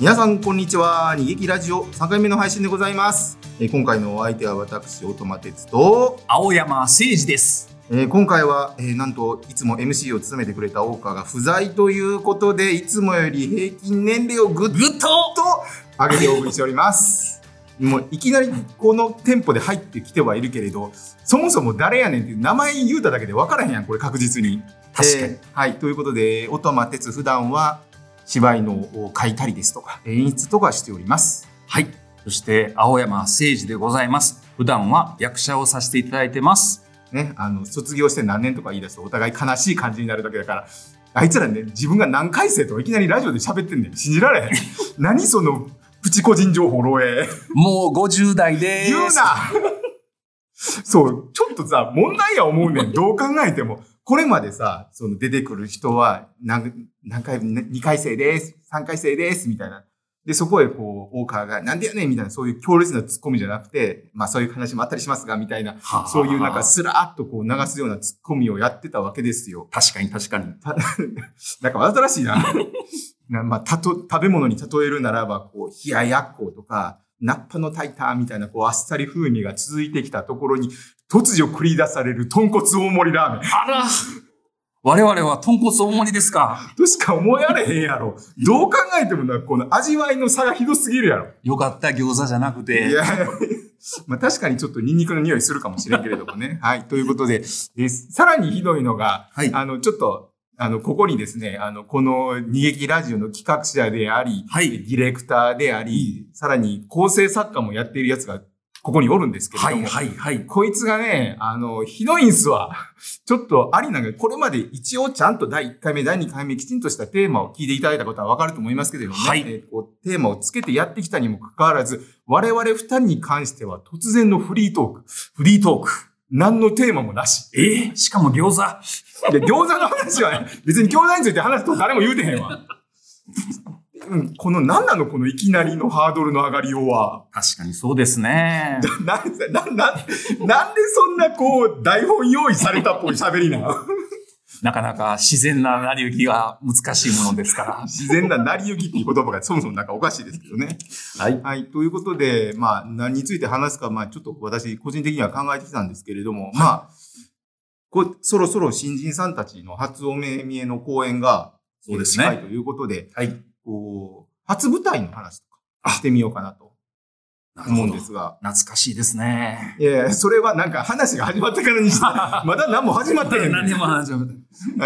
皆さんこんにちは。逃げきラジオ3回目の配信でございます。今回のお相手は私オトマ鉄と青山誠二です。 今回は、なんといつも MC を務めてくれた大川が不在ということで、いつもより平均年齢をぐっと上げてお送りしておりますもういきなりこのテンポで入ってきてはいるけれど、そもそも誰やねんっていう名前言うただけで分からへんやん、これ確実に。 確かに、 はい、ということでオトマ鉄普段は芝居のを書いたりですとか演出とかしております。 はい。そして青山誠二でございます。普段は役者をさせていただいてますね。卒業して何年とか言い出すとお互い悲しい感じになるだけだから、あいつらね、自分が何回生とかいきなりラジオで喋ってんねん。信じられへん何そのプチ個人情報漏洩もう50代でーす。 言うなそう、ちょっとさ問題や思うねん。どう考えてもこれまでさ、その出てくる人は何回、2回生です、3回生ですみたいな。で、そこへこう、大川がなんでやねんみたいな、そういう強烈なツッコミじゃなくて、まあそういう話もあったりしますが、みたいな、そういうなんかスラーっとこう流すようなツッコミをやってたわけですよ。 確かに。 なんかわざとらしいな。まあ、食べ物に例えるならば、こう、冷ややっことか、ナッパのタイターみたいな、こう、あっさり風味が続いてきたところに、突如繰り出される豚骨大盛りラーメン。 あら、我々は豚骨大盛りですか。 としか思えられへんやろ。どう考えてもな、この味わいの差がひどすぎるやろ。 よかった餃子じゃなくて。 いや、まあ確かにちょっとニンニクの匂いするかもしれんけれどもね。はい。ということで、さらにひどいのが、はい、ちょっと、ここにですね、この逃げきラジオの企画者であり、はい、ディレクターであり、さらに構成作家もやっているやつが、ここにおるんですけれども、こいつがね、ひどいんすわ。ちょっとありなんか、これまで一応ちゃんと第1回目、第2回目きちんとしたテーマを聞いていただいたことはわかると思いますけれどもね、はい、こうテーマをつけてやってきたにもかかわらず、我々2人に関しては突然のフリートーク。何のテーマもなし。 しかも餃子。 いや、餃子の話はね、別に餃子について話すと誰も言うてへんわ。この何なのこのいきなりのハードルの上がりようは。 確かにそうですね。 なんでそんなこう台本用意されたっぽい喋りなのなかなか自然な成り行きが難しいものですから。 自然な成り行きっていう言葉がそもそもなんかおかしいですけどね。はい。はい。ということで、まあ何について話すか、まあちょっと私個人的には考えてきたんですけれども、はい、まあ、そろそろ新人さんたちの初お目見えの公演が、 そうですね。 近いということで、はい。こう、初舞台の話とかしてみようかなと思うんですが。 懐かしいですね。 いや、それはなんか話が始まってからにして、まだ何も始まってへん。 何も始まってはい、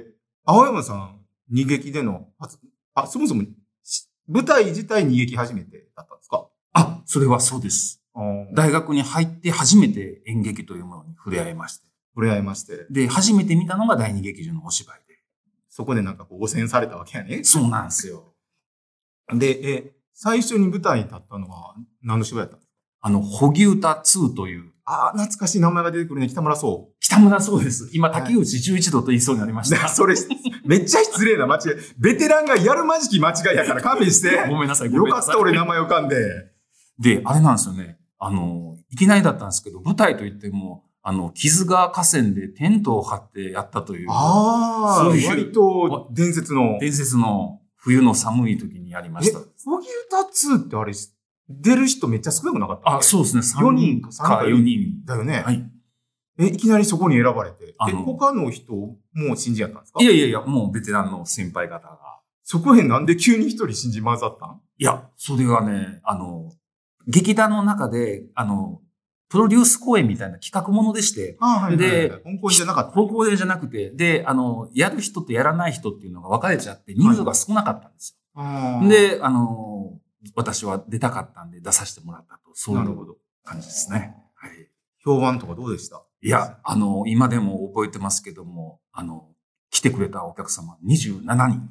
青山さん、逃げきでのそもそも舞台自体逃げき初めてだったんですか？ それはそうです。大学に入って初めて演劇というものに触れ合いまして。 で、 初めて見たのが第二劇場のお芝居で。 そこでなんかこう汚染されたわけやね。 そうなんですよ。 で、最初に舞台に立ったのは何の芝居だったんですか？ ホギ歌2という。 懐かしい名前が出てくるね。北村壮です。今、竹内11度と言いそうになりました。 それ、めっちゃ失礼な間違い。ベテランがやるまじき間違いやから勘弁して。 ごめんなさい。 よかった俺名前浮かんで。 で、あれなんですよね。いきなりだったんですけど、舞台といっても、木津川河川でテントを張ってやったという。 割と伝説の冬の寒い時にやりました。 ホギ歌2ってあれ、出る人めっちゃ少なくなかった？ そうですね。 4人か 4人。 だよね。 はい。 いきなりそこに選ばれて。他の人も新人やったんですか？ いや、もうベテランの先輩方が。 そこへなんで急に一人新人混ざったん？ いや、それがね、劇団の中で、プロデュース公演みたいな企画ものでして、 で、本公演じゃなかった。 本公演じゃなくて、で、やる人とやらない人っていうのが分かれちゃって、人数が少なかったんですよ。で、私は出たかったんで出させてもらったと、そういう感じですね。はい。 評判とかどうでした？ いや、今でも覚えてますけども、来てくれたお客様27人。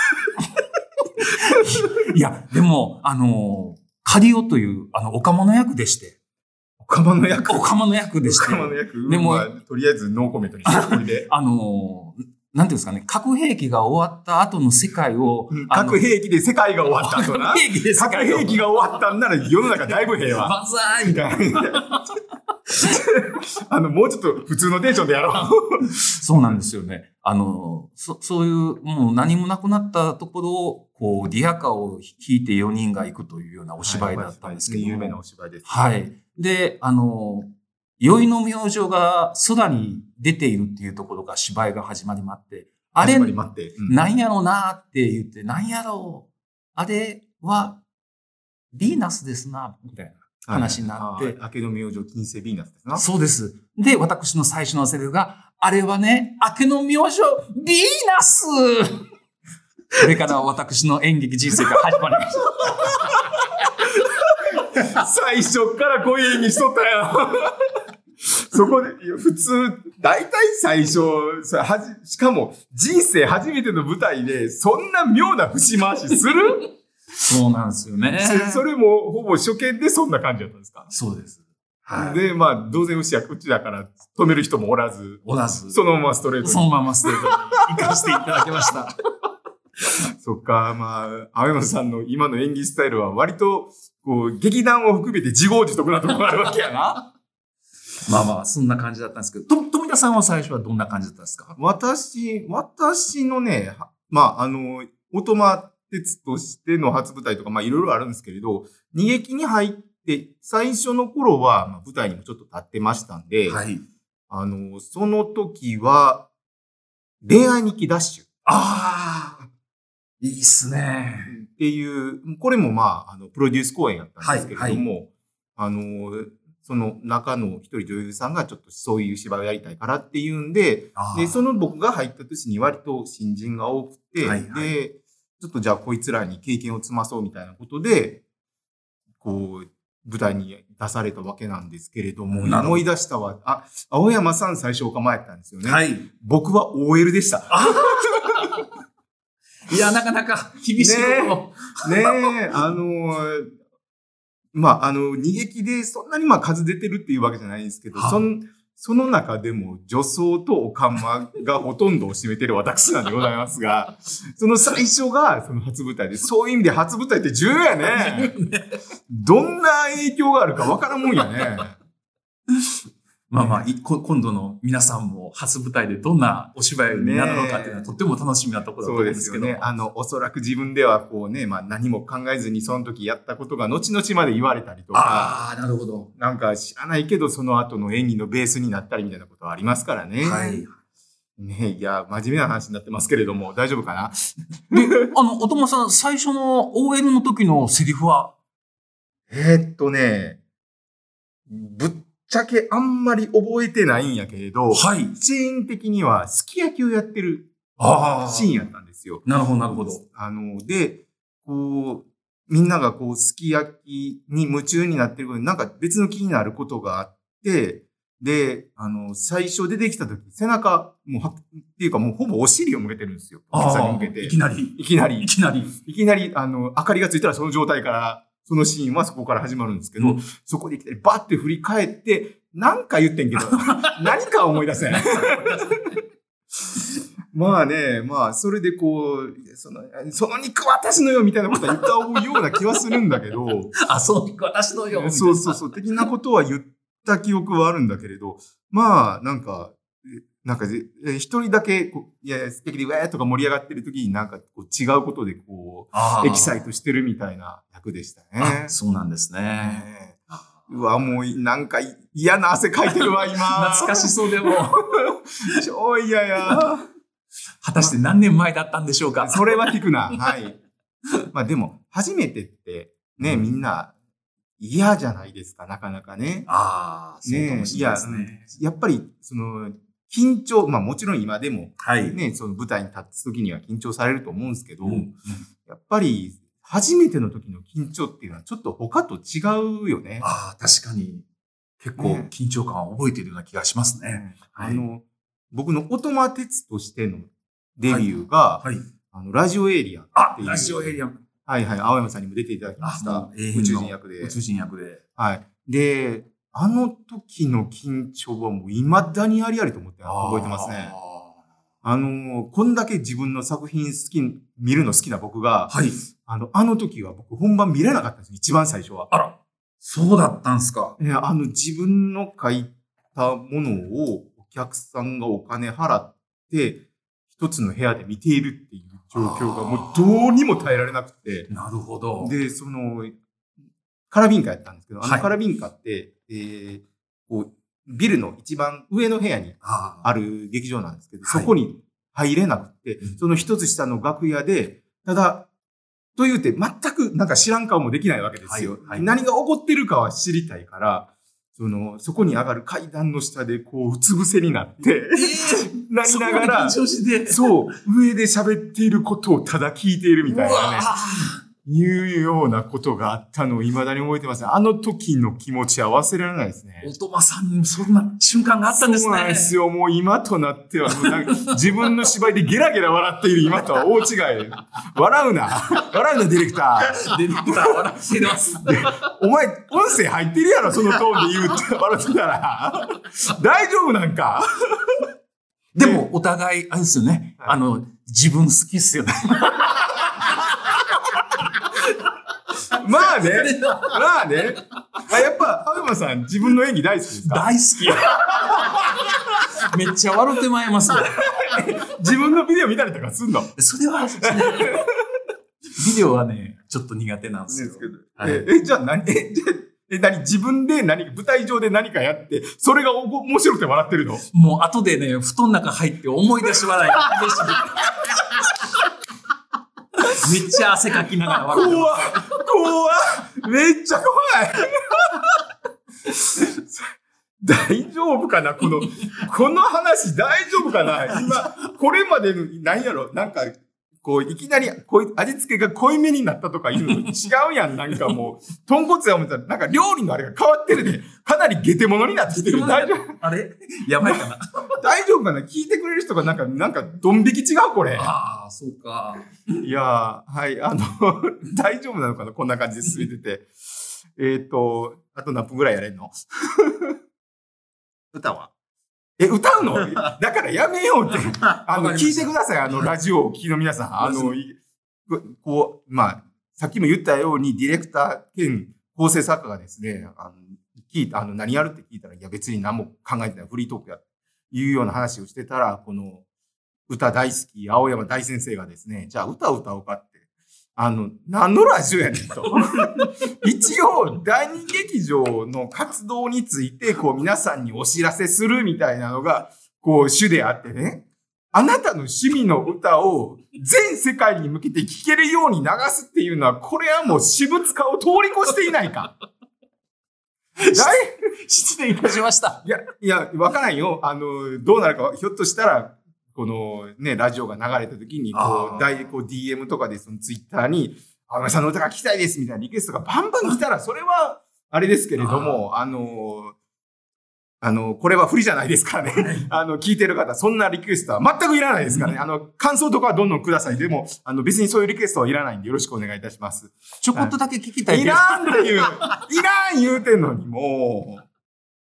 いや、でも、カリオという、オカマの役でして。 オカマの役でして。 でも、とりあえずノーコメントにしておいで。 なんていうんですかね、核兵器が終わった後の世界を。 核兵器で世界が終わった後な。核兵器が終わったんなら世の中だいぶ平和。 万歳みたいな。 もうちょっと普通のテンションでやろう。 そうなんですよね。そういう、もう何もなくなったところを、こう、リアカーを引いて4人が行くというようなお芝居だったんですけども。 有名なお芝居です。 はい。で、宵の明星が空に出ているっていうところが芝居が始まりまって、あれ、なんやろうなって言って、なんやろう。あれは、ヴィーナスですな、みたいな話になって。 明けの明星、金星ヴィーナスですな。 そうです。で、私の最初のセリフが、あれはね、明けの明星、ヴィーナスこれから私の演劇人生が始まりました。 最初からこういう演技しとったよ。そこで、普通、大体最初、しかも人生初めての舞台で、そんな妙な節回しする？ そうなんですよね。 それもほぼ初見でそんな感じだったんですか？ そうです。 はい。で、まあ、当然うちだから止める人もおらず。そのままストレートに。 そのままストレートに行かせていただきました。 そっか、まあ、青山さんの今の演技スタイルは割と、こう、劇団を含めて自業自得なところがあるわけやな。 まあまあ、そんな感じだったんですけど、富田さんは最初はどんな感じだったんですか？ 私のね、まあ、オトマ鉄としての初舞台とか、まあ、いろいろあるんですけれど、二劇に入って、最初の頃は、まあ、舞台にもちょっと立ってましたんで、 はい。 その時は、恋愛日記ダッシュ。 ああ、いいっすね。 っていう、これもまあ、プロデュース公演やったんですけれども、はいはい、その中の一人女優さんがちょっとそういう芝居をやりたいからっていうんで、で、その僕が入った年に割と新人が多くて、はいはい、で、ちょっとじゃあこいつらに経験を積まそうみたいなことで、こう、舞台に出されたわけなんですけれども、思い出したわ。青山さん最初お構えやったんですよね。はい。僕は OL でした。 いや、なかなか厳しいこと。 ねえ、まあ、二劇でそんなにまあ数出てるっていうわけじゃないんですけど、その中でも女装とおかんまがほとんどを占めてる私なんでございますが、その最初がその初舞台で、そういう意味で初舞台って重要やね。どんな影響があるかわからんもんやね。 まあまあ、今度の皆さんも初舞台でどんなお芝居になるのかっていうのはとっても楽しみなところだと思うんですけど。そうですよね。 おそらく自分ではこうね、まあ何も考えずにその時やったことが後々まで言われたりとか。 ああ、なるほど。 なんか知らないけどその後の演技のベースになったりみたいなことはありますからね。 はい。 ね、いや、真面目な話になってますけれども、大丈夫かな？ で、おともさん、最初の OL の時のセリフはぶっちゃけあんまり覚えてないんやけれど、 はい。 シーン的にはすき焼きをやってるシーンやったんですよ。 なるほど、なるほど。 で、こう、みんながこう、すき焼きに夢中になってることで、なんか別の気になることがあって、で、最初出てきた時、背中、っていうかもうほぼお尻を向けてるんですよ。お客さんに向けて。 いきなり、 明かりがついたらその状態から、そのシーンはそこから始まるんですけど、そこでいきなりバッて振り返って、なんか言ってんけど、何か思い出せない。まあね、まあ、それでこう、その肉私のよみたいなことは言ったような気はするんだけど。 その肉私のよ。 そう、的なことは言った記憶はあるんだけれど、まあ、なんか一人だけ、素敵でウェーとか盛り上がってる時になんかこう違うことでこう、エキサイトしてるみたいな役でしたね。 そうなんですね。 うわ、もうなんか嫌な汗かいてるわ、今。 懐かしそうでも。 超嫌や。 果たして何年前だったんでしょうか。 それは聞くな。はい。まあでも、初めてってね、みんな嫌じゃないですか、なかなかね。 そうかもしれないですね。 やっぱり、緊張、まあもちろん今でも、 はいね、その舞台に立つ時には緊張されると思うんですけど、やっぱり初めての時の緊張っていうのはちょっと他と違うよね。 確かに。結構緊張感を覚えているような気がしますね。 僕のオトマ鉄としてのデビューが、ラジオエイリアンっていう。 ラジオエイリアン。 はいはい、青山さんにも出ていただきました。宇宙人役で。 宇宙人役で。 はい。で、あの時の緊張はもう未だにありありと思って覚えてますね。こんだけ自分の作品見るの好きな僕が、あの時は僕本番見れなかったんです。一番最初は。 そうだったんですか。 いや、自分の書いたものをお客さんがお金払って、一つの部屋で見ているっていう状況がもうどうにも耐えられなくて。 なるほど。 で、カラビンカやったんですけど、カラビンカって、こう、ビルの一番上の部屋にある劇場なんですけど、そこに入れなくて、その一つ下の楽屋で、ただ、と言うて全くなんか知らん顔もできないわけですよ。何が起こってるかは知りたいから、そこに上がる階段の下でこう、うつ伏せになって、なりながら、そう、上で喋っていることをただ聞いているみたいなね。いうようなことがあったのを未だに覚えてますね。あの時の気持ちは忘れられないですね。 おとまさんにそんな瞬間があったんですね。 そうなんですよ。もう今となっては、なんか自分の芝居でゲラゲラ笑っている今とは大違い。笑うな、ディレクター。 ディレクター笑ってます。 お前、音声入ってるやろ、そのトーンで言うって笑ってたら。大丈夫なんか。 でも、お互い、あれですよね。自分好きっすよね。 まあね。やっぱ、青山さん、自分の演技大好きですか？ 大好きや。めっちゃ笑ってまいりますね。 自分のビデオ見たりとかすんの？ それは、ビデオはね、ちょっと苦手なんですよ。 じゃあ自分で舞台上で何かやって、それが面白くて笑ってるの？ もう後でね、布団の中入って思い出し笑い。めっちゃ汗かきながら笑ってます。 怖っめっちゃ怖い大丈夫かなこの話大丈夫かな今、これまでの、何やろなんか、こう、いきなり、味付けが濃いめになったとかいうの違うやん。なんかもう、豚骨や思ったら、なんか料理のあれが変わってるで、かなりゲテモノになってきてる。大丈夫？ あれやばいかな大丈夫かな聞いてくれる人がなんか、ドン引き違うこれ。 ああ、そうか。 いやー、はい、大丈夫なのかなこんな感じで進めてて。あと何分ぐらいやれんの歌は歌うのだからやめようって。聞いてください。ラジオをお聞きの皆さん。さっきも言ったように、ディレクター兼構成作家がですね、何やるって聞いたら、いや別に何も考えてない。フリートークや。いうような話をしてたら、この、歌大好き、青山大先生がですね、じゃあ歌を歌おうかって。何のラジオやねんと。一応、第二劇場の活動について、こう皆さんにお知らせするみたいなのが、こう主であってね。あなたの趣味の歌を全世界に向けて聴けるように流すっていうのは、これはもう私物化を通り越していないか。 失礼いたしました。 いや、わからんよ。どうなるか、ひょっとしたら、このね、ラジオが流れた時に、DM とかでそのツイッターに、青山さんの歌が聴きたいですみたいなリクエストがバンバン来たら、それは、あれですけれども、これは不利じゃないですからね。聞いてる方、そんなリクエストは全くいらないですからね。感想とかはどんどんください。でも、別にそういうリクエストはいらないんでよろしくお願いいたします。 ちょこっとだけ聞きたいです。 いらん言うてんのに、もう。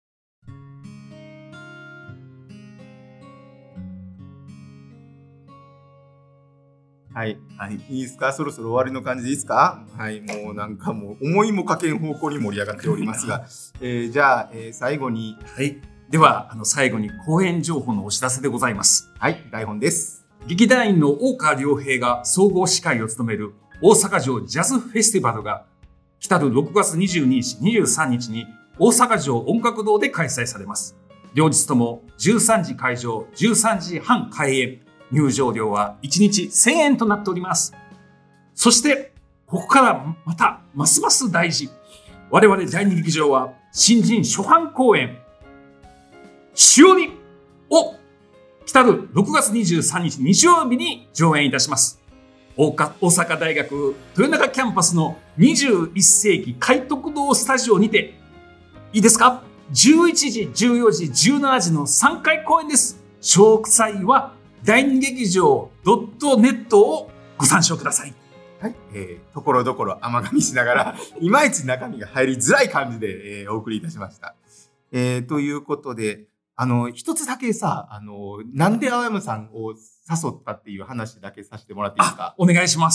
はい。いいですか？そろそろ終わりの感じでいいですか？はい。もうなんかもう思いもかけん方向に盛り上がっておりますが。じゃあ、最後に。 はい。では、最後に公演情報のお知らせでございます。 はい。台本です。 劇団員の大川良平が総合司会を務める大阪城ジャズフェスティバルが来たる6月22日、23日に大阪城音楽堂で開催されます。両日とも13時会場、13時半開演。入場料は1日1000円となっております。そして、ここからまた、ますます大事。我々第二劇場は、新人初版公演、しおりを、来たる6月23日日曜日に上演いたします。大阪大学豊中キャンパスの21世紀海徳堂スタジオにて、いいですか ?11 時、14時、17時の3回公演です。詳細は、第二劇場 .net をご参照ください。 はい。ところどころ甘噛みしながら、いまいち中身が入りづらい感じで、お送りいたしました。ということで、一つだけさ、なんで青山さんを誘ったっていう話だけさせてもらっていいですか？ お願いします。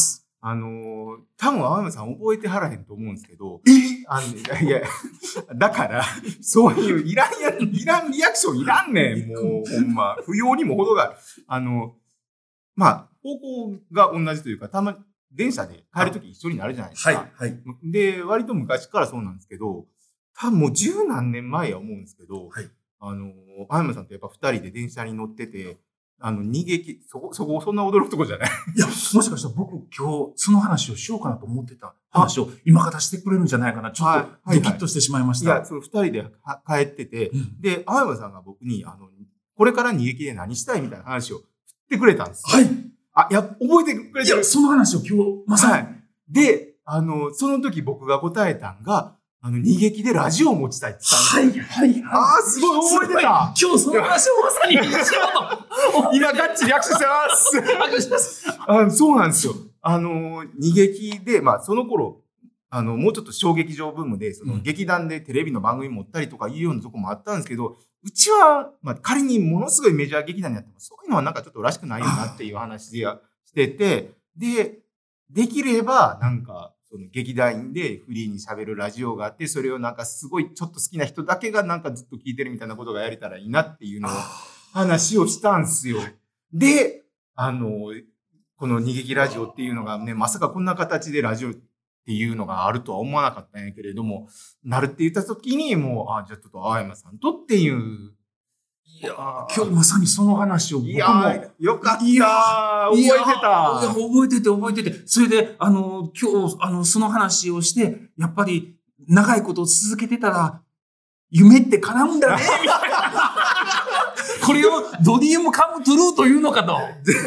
多分青山さん覚えてはらへんと思うんですけど、いや、だから、そういういらんリアクションいらんねん、もう、ほんま。不要にも程がある。まあ、方向が同じというか、たまに電車で帰るとき一緒になるじゃないですか。 はい、はい。 で、割と昔からそうなんですけど、多分もう十何年前は思うんですけど、 はい。 青山さんとやっぱ二人で電車に乗ってて、逃げき、そこ、そんな驚くとこじゃないいや、もしかしたら僕今日その話をしようかなと思ってた話を今からしてくれるんじゃないかな。ちょっとドキッとしてしまいました。 いや、その二人で帰ってて、で、青山さんが僕に、これから逃げ切で何したいみたいな話を振ってくれたんですよ。 はい。 覚えてくれてる。 いや、その話を今日、まさに。はい。 で、その時僕が答えたんが、逃げ切でラジオを持ちたいって言ったんです。 はい、はい、はい。 すごい覚えてた。 今日その話をまさにしようと。 今、ガッチリ握手してます。 握手してます。 そうなんですよ。逃げ切で、まあ、その頃、もうちょっと小劇場ブームで、劇団でテレビの番組持ったりとかいうようなとこもあったんですけど、うちは、まあ、仮にものすごいメジャー劇団になっても、そういうのはなんかちょっとらしくないよなっていう話でしてて、で、できれば、なんか、劇団員でフリーに喋るラジオがあって、それをなんかすごいちょっと好きな人だけがなんかずっと聞いてるみたいなことがやれたらいいなっていうのを話をしたんですよ。で、この逃げ切ラジオっていうのがね、まさかこんな形でラジオっていうのがあるとは思わなかったんやけれども、なるって言った時にもう、じゃあちょっと青山さんとっていう、 いや今日まさにその話を僕も。 いやよかった。覚えてた。 覚えてて。それで、今日、その話をして、やっぱり、長いこと続けてたら、夢って叶うんだね、みたいな。これをドリームカムトゥルーというのかと。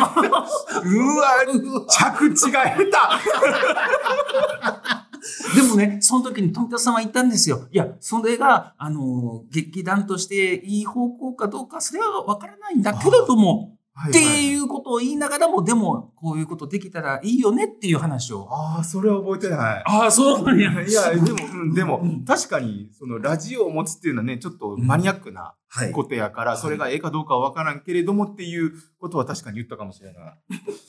着地が下手。 でもね、その時に富田さんは言ったんですよ。いや、それが、劇団としていい方向かどうか、それはわからないんだけれども、っていうことを言いながらも、でも、こういうことできたらいいよねっていう話を。 それは覚えてない。 そうなんや。 いや、でも、確かに、ラジオを持つっていうのはね、ちょっとマニアックなことやから、それがええかどうかはわからんけれどもっていうことは確かに言ったかもしれない。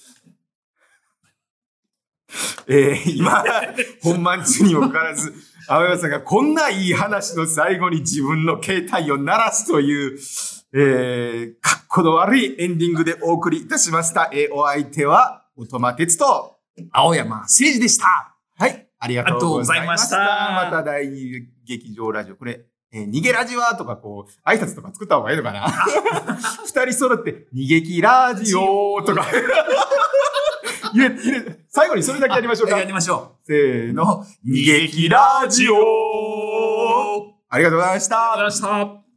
今、本番中にもかかわらず、青山さんがこんないい話の最後に自分の携帯を鳴らすという、かっこの悪いエンディングでお送りいたしました。お相手は、音間哲と、 青山誠二でした。 はい、ありがとうございました。 また第2劇場ラジオ。これ、逃げラジはとか挨拶とか作った方がいいのかな二人揃って、逃げきラジオとか。最後にそれだけやりましょうか。 やりましょう。せーの。逃げきラジオ。ありがとうございました。 ありがとうございました。